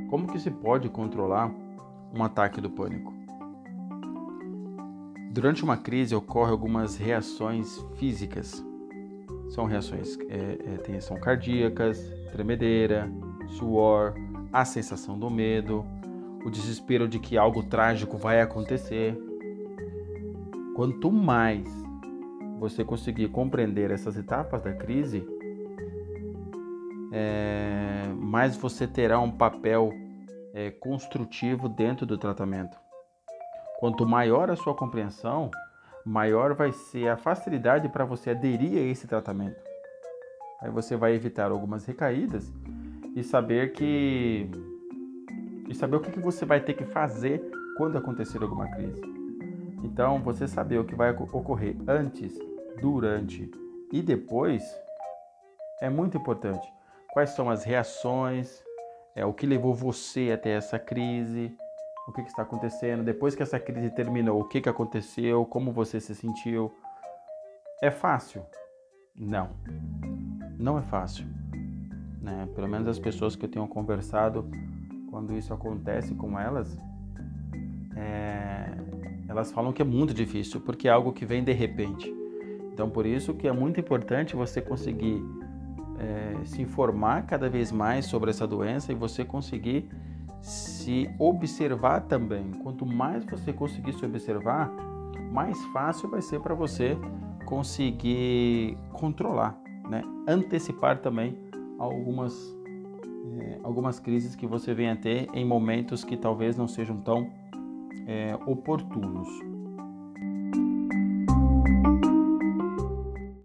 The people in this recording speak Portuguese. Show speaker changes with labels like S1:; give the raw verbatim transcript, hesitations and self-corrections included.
S1: Como que se pode controlar um ataque do pânico? Durante uma crise ocorrem algumas reações físicas. São reações, é, é, tensão cardíacas, tremedeira, suor, a sensação do medo, o desespero de que algo trágico vai acontecer. Quanto mais você conseguir compreender essas etapas da crise, é, mais você terá um papel é, construtivo dentro do tratamento. Quanto maior a sua compreensão, maior vai ser a facilidade para você aderir a esse tratamento. Aí você vai evitar algumas recaídas e saber que e saber o que você vai ter que fazer quando acontecer alguma crise. Então, você saber o que vai ocorrer antes, durante e depois é muito importante. Quais são as reações, é, o que levou você até essa crise, o que, que está acontecendo, depois que essa crise terminou, o que, que aconteceu, como você se sentiu. É fácil? Não, não é fácil. Né? Pelo menos as pessoas que eu tenho conversado, quando isso acontece com elas, é... elas falam que é muito difícil, porque é algo que vem de repente. Então, por isso que é muito importante você conseguir é, se informar cada vez mais sobre essa doença e você conseguir se observar também. Quanto mais você conseguir se observar, mais fácil vai ser para você conseguir controlar, né? Antecipar também algumas, é, algumas crises que você venha a ter em momentos que talvez não sejam tão é, oportunos.